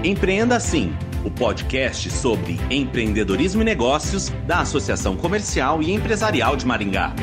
Empreenda Assim, o podcast sobre empreendedorismo e negócios da Associação Comercial e Empresarial de Maringá.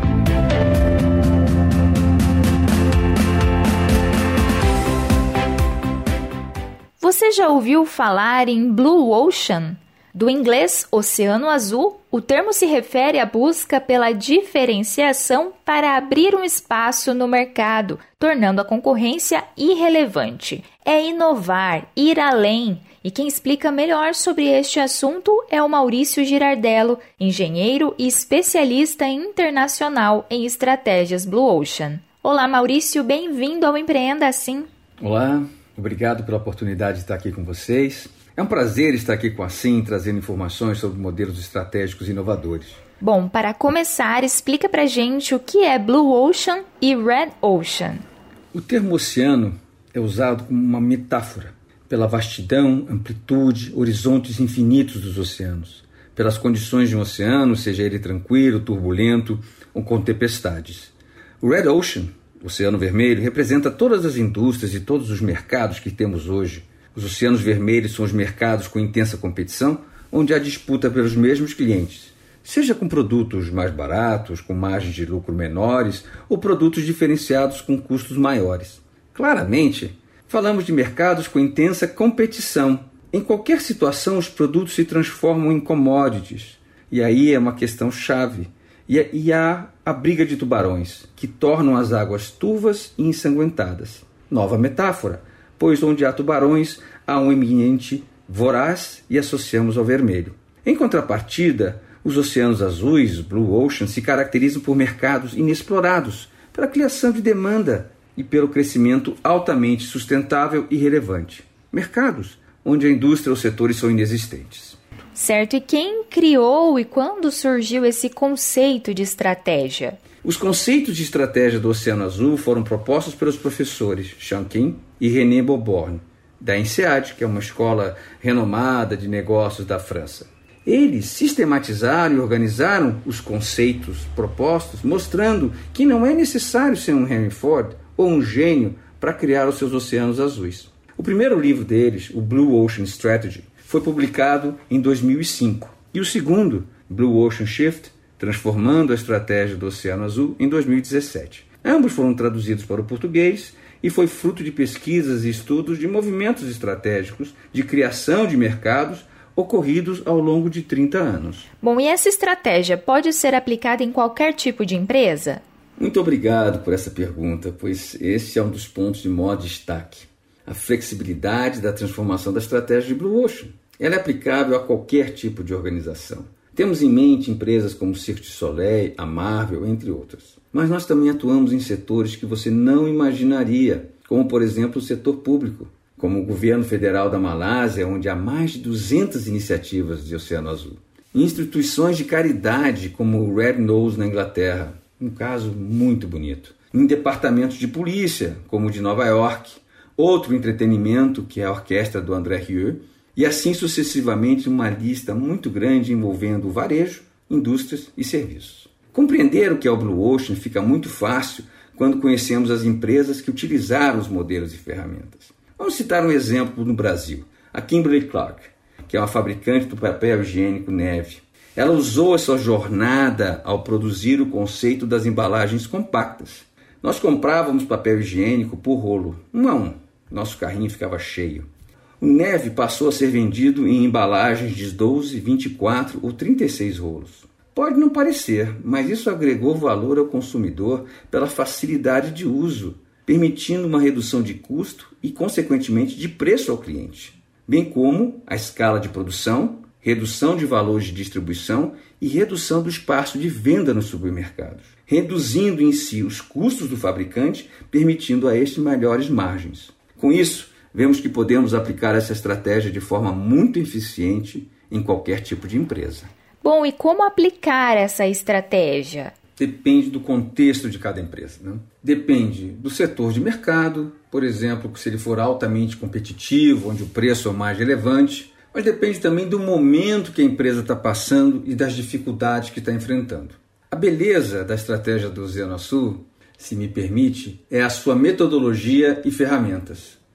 Você já ouviu falar em Blue Ocean? Do inglês Oceano Azul, o termo se refere à busca pela diferenciação para abrir um espaço no mercado, tornando a concorrência irrelevante. É inovar, ir além. E quem explica melhor sobre este assunto é o Maurício Girardello, engenheiro e especialista internacional em estratégias Blue Ocean. Olá, Maurício, bem-vindo ao Empreenda Assim. Olá, obrigado pela oportunidade de estar aqui com vocês. É um prazer estar aqui com a Assim, trazendo informações sobre modelos estratégicos inovadores. Bom, para começar, explica pra gente o que é Blue Ocean e Red Ocean. O termo oceano é usado como uma metáfora pela vastidão, amplitude, horizontes infinitos dos oceanos, pelas condições de um oceano, seja ele tranquilo, turbulento ou com tempestades. O Red Ocean, o Oceano Vermelho, representa todas as indústrias e todos os mercados que temos hoje. Os oceanos vermelhos são os mercados com intensa competição, onde há disputa pelos mesmos clientes, seja com produtos mais baratos, com margens de lucro menores, ou produtos diferenciados com custos maiores. Claramente, falamos de mercados com intensa competição. Em qualquer situação, os produtos se transformam em commodities. E aí é uma questão chave. E há a briga de tubarões, que tornam as águas turvas e ensanguentadas. Nova metáfora, pois onde há tubarões, há um ambiente voraz e associamos ao vermelho. Em contrapartida, os oceanos azuis, Blue Ocean, se caracterizam por mercados inexplorados, pela criação de demanda e pelo crescimento altamente sustentável e relevante. Mercados onde a indústria ou setores são inexistentes. Certo, e quem criou e quando surgiu esse conceito de estratégia? Os conceitos de estratégia do Oceano Azul foram propostos pelos professores Sean Kim e René Beauborne, da INSEAD, que é uma escola renomada de negócios da França. Eles sistematizaram e organizaram os conceitos propostos, mostrando que não é necessário ser um Henry Ford ou um gênio para criar os seus oceanos azuis. O primeiro livro deles, o Blue Ocean Strategy, foi publicado em 2005, e o segundo, Blue Ocean Shift, Transformando a Estratégia do Oceano Azul, em 2017. Ambos foram traduzidos para o português e foi fruto de pesquisas e estudos de movimentos estratégicos de criação de mercados ocorridos ao longo de 30 anos. Bom, e essa estratégia pode ser aplicada em qualquer tipo de empresa? Muito obrigado por essa pergunta, pois esse é um dos pontos de maior destaque. A flexibilidade da transformação da estratégia de Blue Ocean. Ela é aplicável a qualquer tipo de organização. Temos em mente empresas como Cirque du Soleil, a Marvel, entre outras. Mas nós também atuamos em setores que você não imaginaria, como, por exemplo, o setor público, como o governo federal da Malásia, onde há mais de 200 iniciativas de Oceano Azul. Em instituições de caridade, como o Red Nose na Inglaterra, um caso muito bonito. Em departamentos de polícia, como o de Nova York, outro entretenimento, que é a orquestra do André Rieu, e assim sucessivamente uma lista muito grande envolvendo varejo, indústrias e serviços. Compreender o que é o Blue Ocean fica muito fácil quando conhecemos as empresas que utilizaram os modelos e ferramentas. Vamos citar um exemplo no Brasil, a Kimberly-Clark, que é uma fabricante do papel higiênico Neve. Ela usou a sua jornada ao produzir o conceito das embalagens compactas. Nós comprávamos papel higiênico por rolo, 1 a 1. Nosso carrinho ficava cheio. O Neve passou a ser vendido em embalagens de 12, 24 ou 36 rolos. Pode não parecer, mas isso agregou valor ao consumidor pela facilidade de uso, permitindo uma redução de custo e, consequentemente, de preço ao cliente, bem como a escala de produção, redução de valores de distribuição e redução do espaço de venda nos supermercados, reduzindo em si os custos do fabricante, permitindo a este melhores margens. Com isso, vemos que podemos aplicar essa estratégia de forma muito eficiente em qualquer tipo de empresa. Bom, e como aplicar essa estratégia? Depende do contexto de cada empresa, né? Depende do setor de mercado, por exemplo, se ele for altamente competitivo, onde o preço é o mais relevante, mas depende também do momento que a empresa está passando e das dificuldades que está enfrentando. A beleza da estratégia do Oceano Azul, se me permite, é a sua metodologia e ferramentas.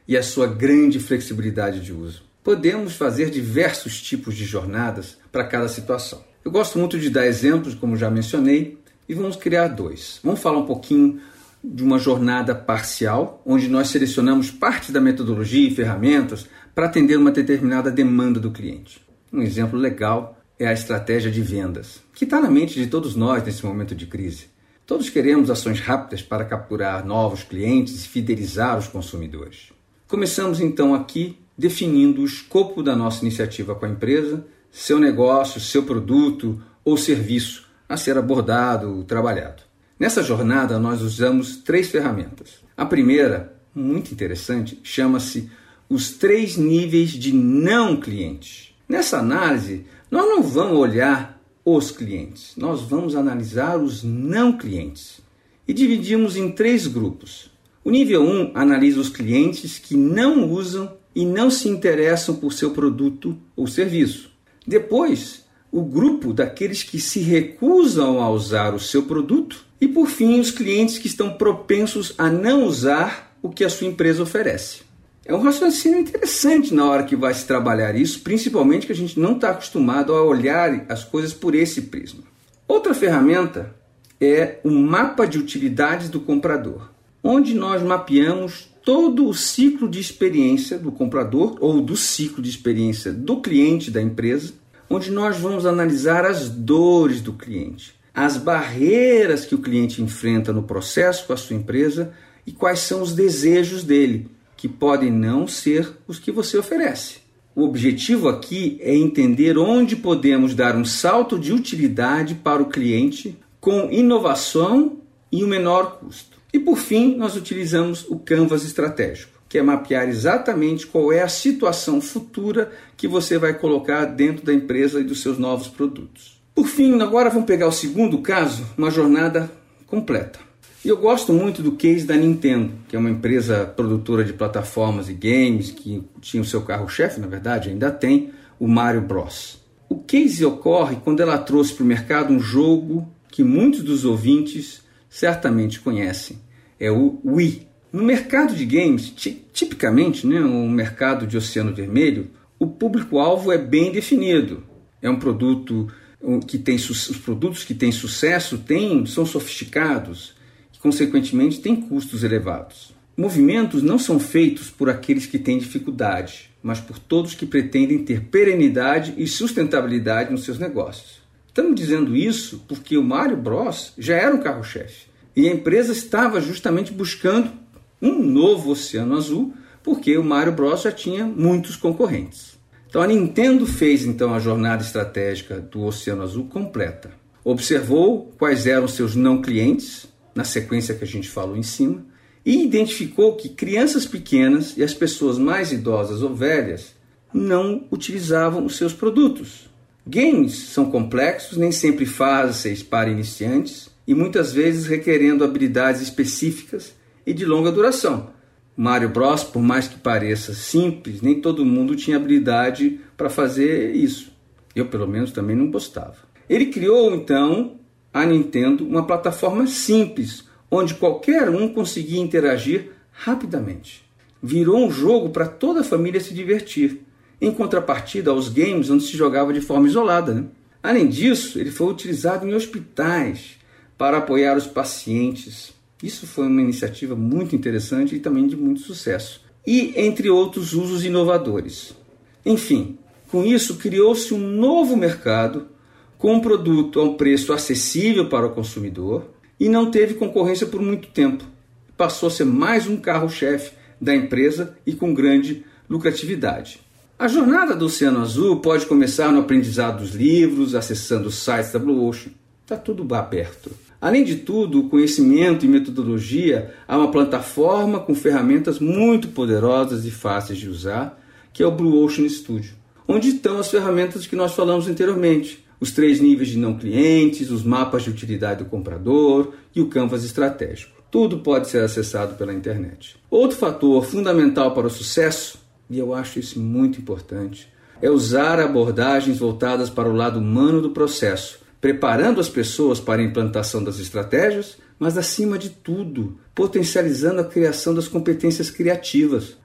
e a sua grande flexibilidade de uso. Podemos fazer diversos tipos de jornadas para cada situação. Eu gosto muito de dar exemplos, como já mencionei, e vamos criar 2. Vamos falar um pouquinho de uma jornada parcial, onde nós selecionamos parte da metodologia e ferramentas para atender uma determinada demanda do cliente. Um exemplo legal é a estratégia de vendas, que está na mente de todos nós nesse momento de crise. Todos queremos ações rápidas para capturar novos clientes e fidelizar os consumidores. Começamos então aqui definindo o escopo da nossa iniciativa com a empresa, seu negócio, seu produto ou serviço a ser abordado, trabalhado. Nessa jornada, nós usamos 3 ferramentas. A primeira, muito interessante, chama-se os 3 níveis de não clientes. Nessa análise, nós não vamos olhar os clientes, nós vamos analisar os não clientes. E dividimos em 3 grupos. O nível 1 analisa os clientes que não usam e não se interessam por seu produto ou serviço. Depois, o grupo daqueles que se recusam a usar o seu produto. E, por fim, os clientes que estão propensos a não usar o que a sua empresa oferece. É um raciocínio interessante na hora que vai se trabalhar isso, principalmente que a gente não está acostumado a olhar as coisas por esse prisma. Outra ferramenta é o mapa de utilidades do comprador, onde nós mapeamos todo o ciclo de experiência do comprador ou do ciclo de experiência do cliente da empresa, onde nós vamos analisar as dores do cliente, as barreiras que o cliente enfrenta no processo com a sua empresa e quais são os desejos dele, que podem não ser os que você oferece. O objetivo aqui é entender onde podemos dar um salto de utilidade para o cliente com inovação e um menor custo. E por fim, nós utilizamos o Canvas estratégico, que é mapear exatamente qual é a situação futura que você vai colocar dentro da empresa e dos seus novos produtos. Por fim, agora vamos pegar o segundo caso, uma jornada completa. E eu gosto muito do case da Nintendo, que é uma empresa produtora de plataformas e games, que tinha o seu carro-chefe, na verdade, ainda tem, o Mario Bros. O case ocorre quando ela trouxe para o mercado um jogo que muitos dos ouvintes certamente conhecem, é o Wii. No mercado de games, tipicamente, um mercado de Oceano Vermelho, o público-alvo é bem definido. É um produto que tem os produtos que têm sucesso são sofisticados e, consequentemente, têm custos elevados. Movimentos não são feitos por aqueles que têm dificuldade, mas por todos que pretendem ter perenidade e sustentabilidade nos seus negócios. Estamos dizendo isso porque o Mario Bros já era um carro-chefe e a empresa estava justamente buscando um novo Oceano Azul porque o Mario Bros já tinha muitos concorrentes. Então a Nintendo fez então a jornada estratégica do Oceano Azul completa. Observou quais eram seus não clientes, na sequência que a gente falou em cima, e identificou que crianças pequenas e as pessoas mais idosas ou velhas não utilizavam os seus produtos. Games são complexos, nem sempre fáceis para iniciantes e muitas vezes requerendo habilidades específicas e de longa duração. Mario Bros, por mais que pareça simples, nem todo mundo tinha habilidade para fazer isso. Eu, pelo menos, também não gostava. Ele criou, então, a Nintendo, uma plataforma simples, onde qualquer um conseguia interagir rapidamente. Virou um jogo para toda a família se divertir, em contrapartida aos games onde se jogava de forma isolada. Além disso, ele foi utilizado em hospitais para apoiar os pacientes. Isso foi uma iniciativa muito interessante e também de muito sucesso. E entre outros usos inovadores. Enfim, com isso criou-se um novo mercado com um produto a um preço acessível para o consumidor e não teve concorrência por muito tempo. Passou a ser mais um carro-chefe da empresa e com grande lucratividade. A jornada do Oceano Azul pode começar no aprendizado dos livros, acessando os sites da Blue Ocean. Está tudo aberto. Além de tudo, o conhecimento e metodologia há uma plataforma com ferramentas muito poderosas e fáceis de usar, que é o Blue Ocean Studio, onde estão as ferramentas que nós falamos anteriormente, os 3 níveis de não clientes, os mapas de utilidade do comprador e o Canvas estratégico. Tudo pode ser acessado pela internet. Outro fator fundamental para o sucesso, e eu acho isso muito importante, é usar abordagens voltadas para o lado humano do processo, preparando as pessoas para a implantação das estratégias, mas, acima de tudo, potencializando a criação das competências criativas.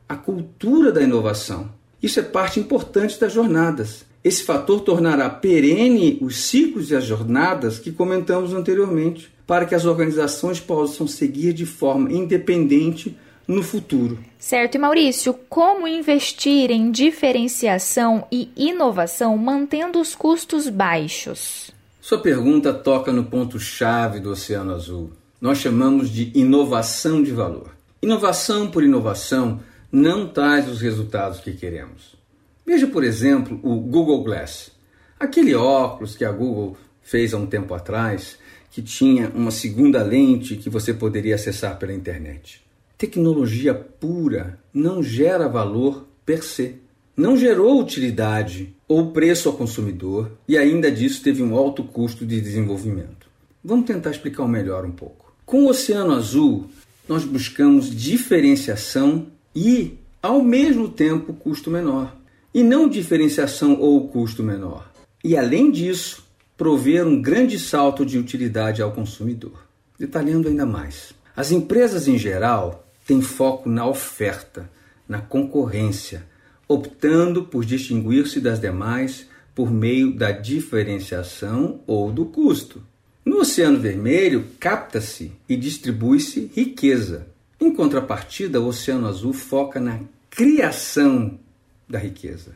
a cultura da inovação. Isso é parte importante das jornadas. Esse fator tornará perene os ciclos e as jornadas que comentamos anteriormente, para que as organizações possam seguir de forma independente no futuro. Certo, e Maurício, como investir em diferenciação e inovação mantendo os custos baixos? Sua pergunta toca no ponto-chave do Oceano Azul. Nós chamamos de inovação de valor. Inovação por inovação não traz os resultados que queremos. Veja, por exemplo, o Google Glass. Aquele óculos que a Google fez há um tempo atrás, que tinha uma segunda lente que você poderia acessar pela internet. Tecnologia pura não gera valor per se. Não gerou utilidade ou preço ao consumidor e ainda disso teve um alto custo de desenvolvimento. Vamos tentar explicar melhor um pouco. Com o Oceano Azul, nós buscamos diferenciação e, ao mesmo tempo, custo menor. E não diferenciação ou custo menor. E, além disso, prover um grande salto de utilidade ao consumidor. Detalhando ainda mais. As empresas, em geral, têm foco na oferta, na concorrência, optando por distinguir-se das demais por meio da diferenciação ou do custo. No Oceano Vermelho, capta-se e distribui-se riqueza. Em contrapartida, o Oceano Azul foca na criação da riqueza.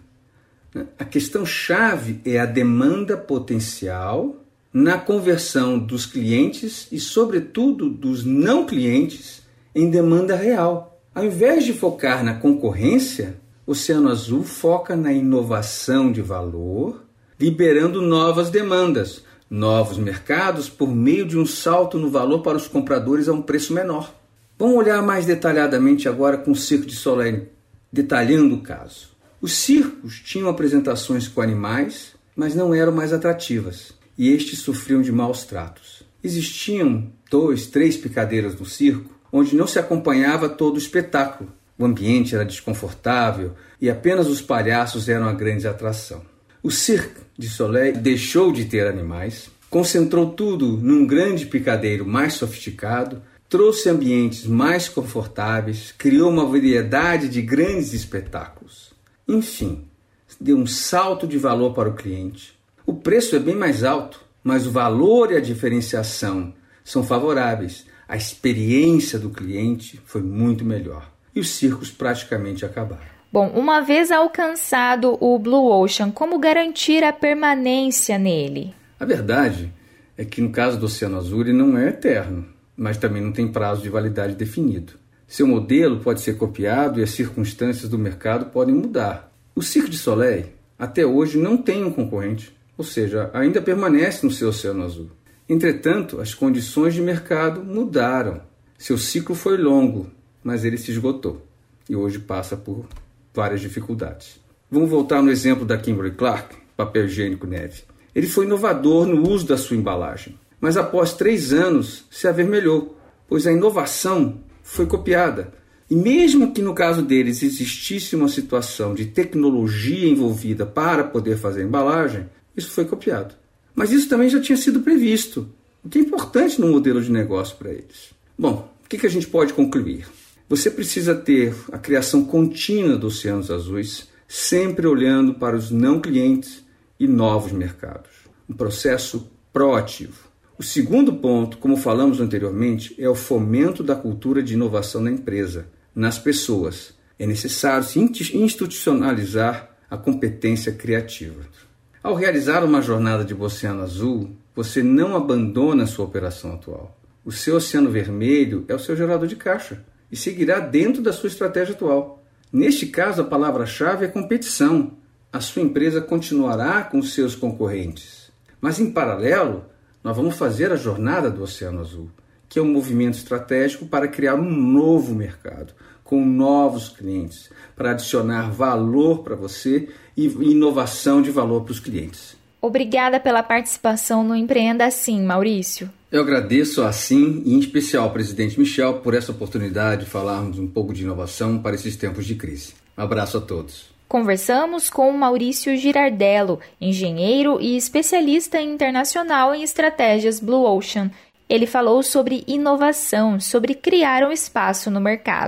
A questão-chave é a demanda potencial na conversão dos clientes e, sobretudo, dos não clientes em demanda real. Ao invés de focar na concorrência, o Oceano Azul foca na inovação de valor, liberando novas demandas, novos mercados por meio de um salto no valor para os compradores a um preço menor. Vamos olhar mais detalhadamente agora com o Cirque du Soleil, detalhando o caso. Os circos tinham apresentações com animais, mas não eram mais atrativas, e estes sofriam de maus tratos. Existiam 2, 3 picadeiras no circo, onde não se acompanhava todo o espetáculo. O ambiente era desconfortável e apenas os palhaços eram a grande atração. O Cirque du Soleil deixou de ter animais, concentrou tudo num grande picadeiro mais sofisticado, trouxe ambientes mais confortáveis, criou uma variedade de grandes espetáculos. Enfim, deu um salto de valor para o cliente. O preço é bem mais alto, mas o valor e a diferenciação são favoráveis. A experiência do cliente foi muito melhor. E os circos praticamente acabaram. Bom, uma vez alcançado o Blue Ocean, como garantir a permanência nele? A verdade é que no caso do Oceano Azul ele não é eterno, mas também não tem prazo de validade definido. Seu modelo pode ser copiado e as circunstâncias do mercado podem mudar. O Cirque du Soleil até hoje não tem um concorrente, ou seja, ainda permanece no seu Oceano Azul. Entretanto, as condições de mercado mudaram. Seu ciclo foi longo, mas ele se esgotou e hoje passa por várias dificuldades. Vamos voltar no exemplo da Kimberly-Clark, papel higiênico neve. Ele foi inovador no uso da sua embalagem, mas após 3 anos se avermelhou, pois a inovação foi copiada. E mesmo que no caso deles existisse uma situação de tecnologia envolvida para poder fazer a embalagem, isso foi copiado. Mas isso também já tinha sido previsto, o que é importante no modelo de negócio para eles. Bom, o que a gente pode concluir? Você precisa ter a criação contínua dos Oceanos Azuis, sempre olhando para os não clientes e novos mercados. Um processo proativo. O segundo ponto, como falamos anteriormente, é o fomento da cultura de inovação na empresa, nas pessoas. É necessário se institucionalizar a competência criativa. Ao realizar uma jornada de Oceano Azul, você não abandona a sua operação atual. O seu Oceano Vermelho é o seu gerador de caixa e seguirá dentro da sua estratégia atual. Neste caso, a palavra-chave é competição. A sua empresa continuará com os seus concorrentes. Mas, em paralelo, nós vamos fazer a jornada do Oceano Azul, que é um movimento estratégico para criar um novo mercado, com novos clientes, para adicionar valor para você e inovação de valor para os clientes. Obrigada pela participação no Empreenda Assim, Maurício. Eu agradeço a Assim e em especial ao presidente Michel por essa oportunidade de falarmos um pouco de inovação para esses tempos de crise. Um abraço a todos. Conversamos com Maurício Girardello, engenheiro e especialista internacional em estratégias Blue Ocean. Ele falou sobre inovação, sobre criar um espaço no mercado.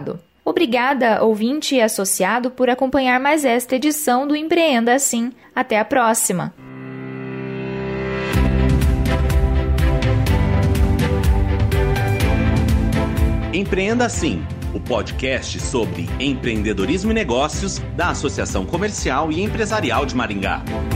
Obrigada, ouvinte e associado, por acompanhar mais esta edição do Empreenda Assim. Até a próxima! Empreenda Assim, o podcast sobre empreendedorismo e negócios da Associação Comercial e Empresarial de Maringá.